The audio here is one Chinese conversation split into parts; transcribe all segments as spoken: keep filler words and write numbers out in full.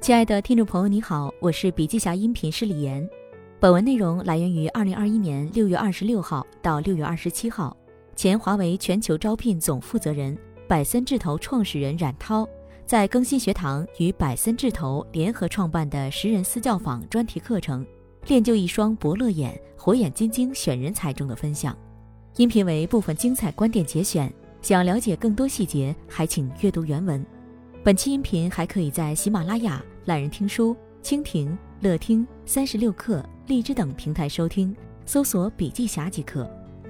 亲爱的听众朋友，你好，我是笔记侠音频师李岩。本文内容来源于二零二一年六月二十六号到六月二十七号，前华为全球招聘总负责人、百森智投创始人冉涛在更新学堂与百森智投联合创办的十人私教坊专题课程练就一双伯乐眼，火眼金睛选人才中的分享。音频为部分精彩观点节选，想了解更多细节，还请阅读原文。本期音频还可以在喜马拉雅、懒人听书、蜻蜓、乐听、三十六课、荔枝等平台收听，搜索笔记侠即可。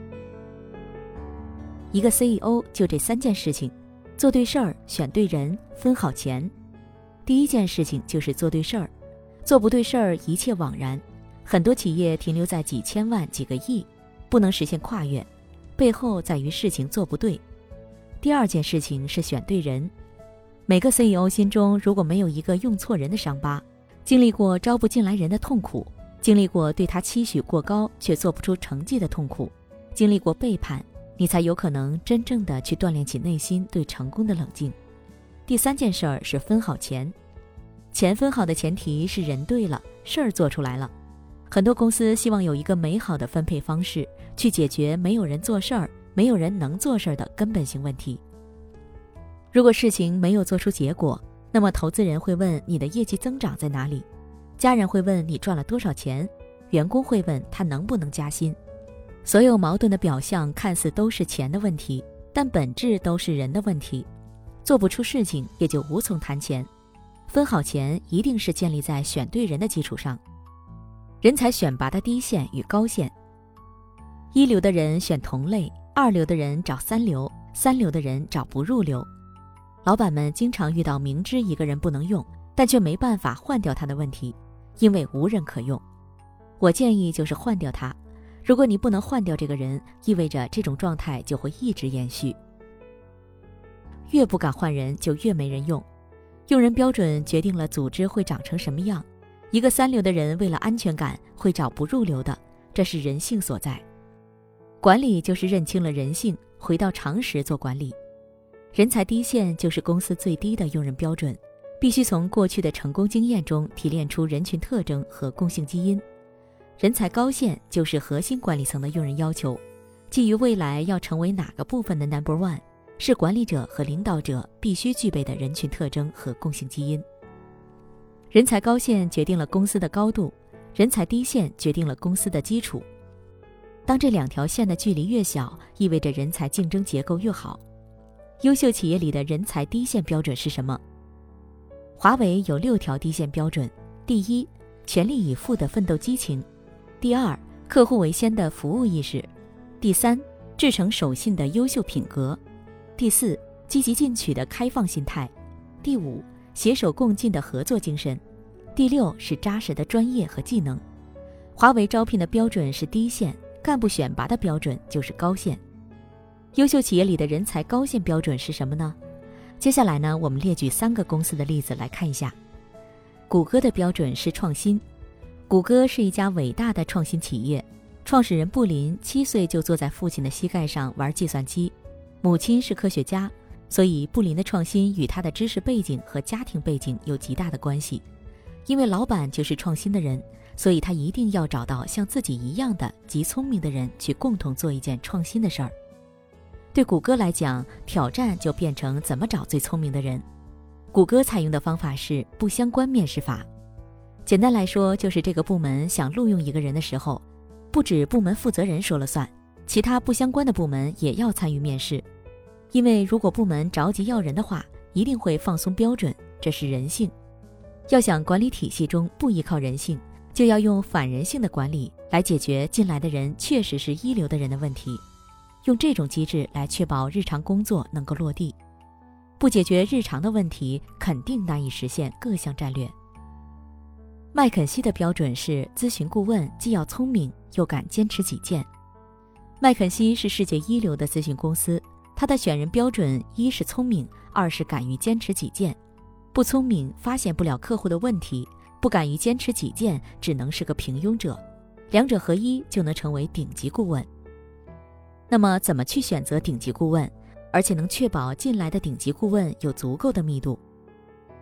一个 C E O 就这三件事情：做对事儿、选对人、分好钱。第一件事情就是做对事儿，做不对事儿一切枉然。很多企业停留在几千万、几个亿，不能实现跨越，背后在于事情做不对。第二件事情是选对人。每个 C E O 心中如果没有一个用错人的伤疤，经历过招不进来人的痛苦，经历过对他期许过高却做不出成绩的痛苦，经历过背叛，你才有可能真正的去锻炼起内心对成功的冷静。第三件事儿是分好钱。钱分好的前提是人对了，事儿做出来了。很多公司希望有一个美好的分配方式，去解决没有人做事儿、没有人能做事儿的根本性问题。如果事情没有做出结果，那么投资人会问你的业绩增长在哪里，家人会问你赚了多少钱，员工会问他能不能加薪。所有矛盾的表象看似都是钱的问题，但本质都是人的问题。做不出事情，也就无从谈钱。分好钱一定是建立在选对人的基础上。人才选拔的低线与高线，一流的人选同类，二流的人找三流，三流的人找不入流。老板们经常遇到明知一个人不能用，但却没办法换掉他的问题，因为无人可用。我建议就是换掉他。如果你不能换掉这个人，意味着这种状态就会一直延续。越不敢换人，就越没人用。用人标准决定了组织会长成什么样。一个三流的人为了安全感会找不入流的，这是人性所在。管理就是认清了人性，回到常识做管理。人才低线就是公司最低的用人标准，必须从过去的成功经验中提炼出人群特征和共性基因。人才高线就是核心管理层的用人要求，基于未来要成为哪个部分的 number one， 是管理者和领导者必须具备的人群特征和共性基因。人才高线决定了公司的高度，人才低线决定了公司的基础。当这两条线的距离越小，意味着人才竞争结构越好。优秀企业里的人才低线标准是什么？华为有六条低线标准：第一，全力以赴的奋斗激情；第二，客户为先的服务意识；第三，至诚守信的优秀品格；第四，积极进取的开放心态；第五，携手共进的合作精神；第六是扎实的专业和技能。华为招聘的标准是低线，干部选拔的标准就是高线。优秀企业里的人才高线标准是什么呢？接下来呢，我们列举三个公司的例子来看一下。谷歌的标准是创新。谷歌是一家伟大的创新企业，创始人布林七岁就坐在父亲的膝盖上玩计算机，母亲是科学家，所以布林的创新与他的知识背景和家庭背景有极大的关系。因为老板就是创新的人，所以他一定要找到像自己一样的极聪明的人去共同做一件创新的事儿。对谷歌来讲，挑战就变成怎么找最聪明的人。谷歌采用的方法是不相关面试法。简单来说，就是这个部门想录用一个人的时候，不止部门负责人说了算，其他不相关的部门也要参与面试。因为如果部门着急要人的话，一定会放松标准，这是人性。要想管理体系中不依靠人性，就要用反人性的管理来解决进来的人确实是一流的人的问题。用这种机制来确保日常工作能够落地。不解决日常的问题，肯定难以实现各项战略。麦肯锡的标准是咨询顾问既要聪明又敢坚持己见。麦肯锡是世界一流的咨询公司，它的选人标准一是聪明，二是敢于坚持己见。不聪明发现不了客户的问题，不敢于坚持己见只能是个平庸者，两者合一就能成为顶级顾问。那么怎么去选择顶级顾问，而且能确保进来的顶级顾问有足够的密度？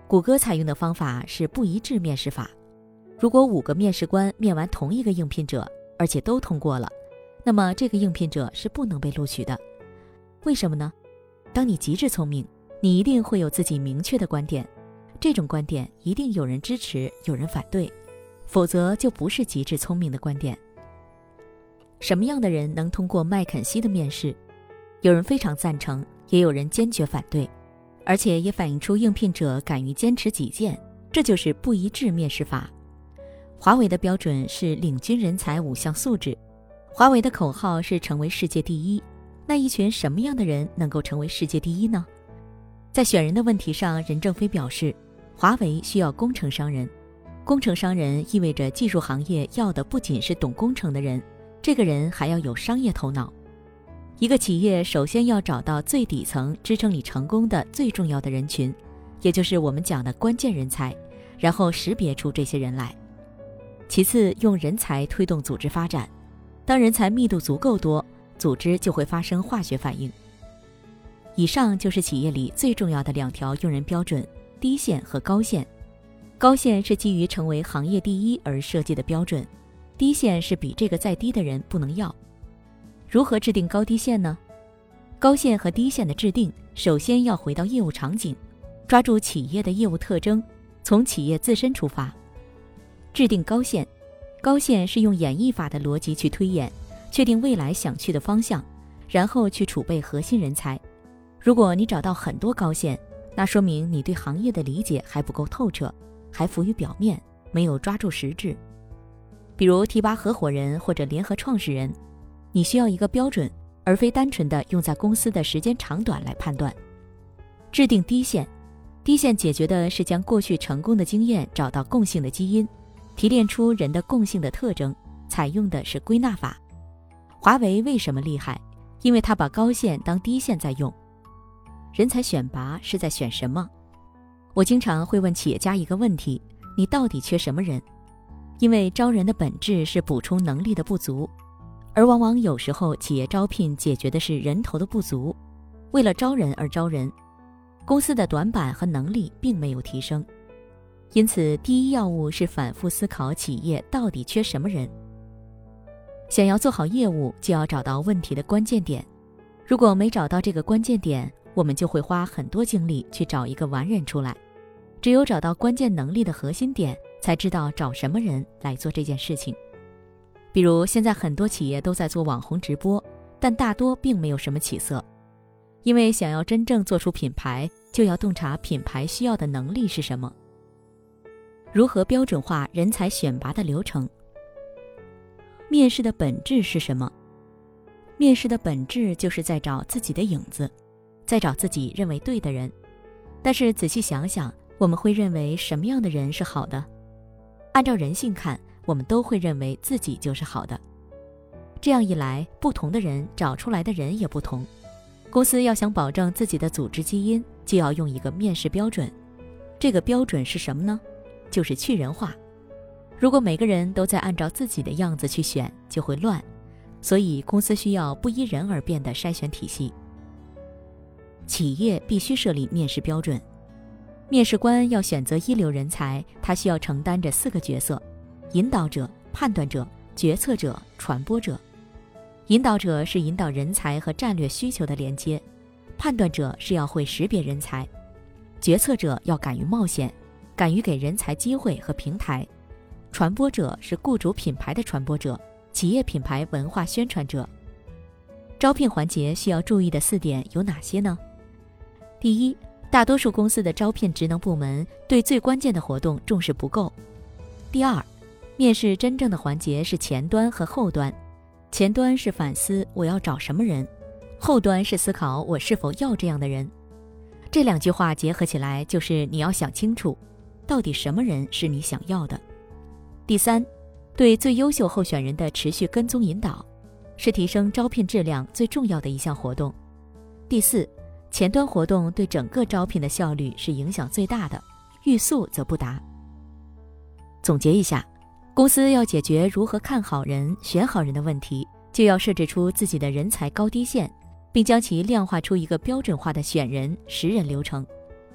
谷歌采用的方法是不一致面试法。如果五个面试官面完同一个应聘者，而且都通过了，那么这个应聘者是不能被录取的。为什么呢？当你极致聪明，你一定会有自己明确的观点，这种观点一定有人支持，有人反对，否则就不是极致聪明的观点。什么样的人能通过麦肯锡的面试？有人非常赞成，也有人坚决反对，而且也反映出应聘者敢于坚持己见，这就是不一致面试法。华为的标准是领军人才五项素质，华为的口号是成为世界第一。那一群什么样的人能够成为世界第一呢？在选人的问题上，任正非表示，华为需要工程商人。工程商人意味着技术行业要的不仅是懂工程的人，这个人还要有商业头脑。一个企业首先要找到最底层支撑你成功的最重要的人群，也就是我们讲的关键人才，然后识别出这些人来。其次，用人才推动组织发展。当人才密度足够多，组织就会发生化学反应。以上就是企业里最重要的两条用人标准：低线和高线。高线是基于成为行业第一而设计的标准，低线是比这个再低的人不能要。如何制定高低线呢？高线和低线的制定，首先要回到业务场景，抓住企业的业务特征，从企业自身出发。制定高线，高线是用演绎法的逻辑去推演，确定未来想去的方向，然后去储备核心人才。如果你找到很多高线，那说明你对行业的理解还不够透彻，还浮于表面，没有抓住实质。比如提拔合伙人或者联合创始人，你需要一个标准，而非单纯的用在公司的时间长短来判断。制定低线，低线解决的是将过去成功的经验找到共性的基因，提炼出人的共性的特征，采用的是归纳法。华为为什么厉害？因为它把高线当低线在用。人才选拔是在选什么？我经常会问企业家一个问题：你到底缺什么人？因为招人的本质是补充能力的不足，而往往有时候企业招聘解决的是人头的不足，为了招人而招人，公司的短板和能力并没有提升。因此，第一要务是反复思考企业到底缺什么人。想要做好业务，就要找到问题的关键点。如果没找到这个关键点，我们就会花很多精力去找一个完人出来。只有找到关键能力的核心点，才知道找什么人来做这件事情。比如现在很多企业都在做网红直播，但大多并没有什么起色。因为想要真正做出品牌，就要洞察品牌需要的能力是什么。如何标准化人才选拔的流程？面试的本质是什么？面试的本质就是在找自己的影子，在找自己认为对的人。但是仔细想想，我们会认为什么样的人是好的？按照人性看，我们都会认为自己就是好的。这样一来，不同的人找出来的人也不同。公司要想保证自己的组织基因，就要用一个面试标准。这个标准是什么呢？就是去人化。如果每个人都在按照自己的样子去选，就会乱。所以公司需要不依人而变的筛选体系。企业必须设立面试标准。面试官要选择一流人才，他需要承担着四个角色：引导者、判断者、决策者、传播者。引导者是引导人才和战略需求的连接，判断者是要会识别人才，决策者要敢于冒险，敢于给人才机会和平台，传播者是雇主品牌的传播者，企业品牌文化宣传者。招聘环节需要注意的四点有哪些呢？第一，大多数公司的招聘职能部门对最关键的活动重视不够。第二，面试真正的环节是前端和后端，前端是反思我要找什么人，后端是思考我是否要这样的人。这两句话结合起来，就是你要想清楚，到底什么人是你想要的。第三，对最优秀候选人的持续跟踪引导，是提升招聘质量最重要的一项活动。第四，前端活动对整个招聘的效率是影响最大的，欲速则不达。总结一下，公司要解决如何看好人、选好人的问题，就要设置出自己的人才高低线，并将其量化出一个标准化的选人、识人流程。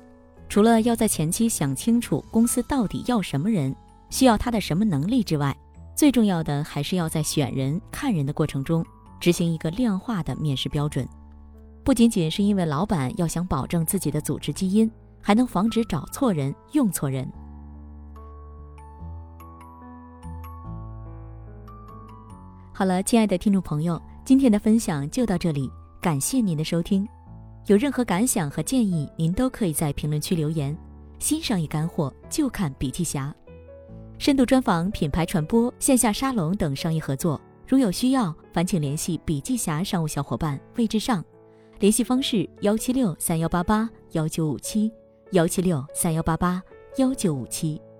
除了要在前期想清楚公司到底要什么人，需要他的什么能力之外，最重要的还是要在选人、看人的过程中执行一个量化的面试标准。不仅仅是因为老板要想保证自己的组织基因，还能防止找错人、用错人。好了，亲爱的听众朋友，今天的分享就到这里，感谢您的收听。有任何感想和建议，您都可以在评论区留言。新商业干货就看笔记侠，深度专访、品牌传播、线下沙龙等商业合作，如有需要，烦请联系笔记侠商务小伙伴魏志尚，联系方式幺七六三幺八八幺九五七幺七六三幺八八幺九五七。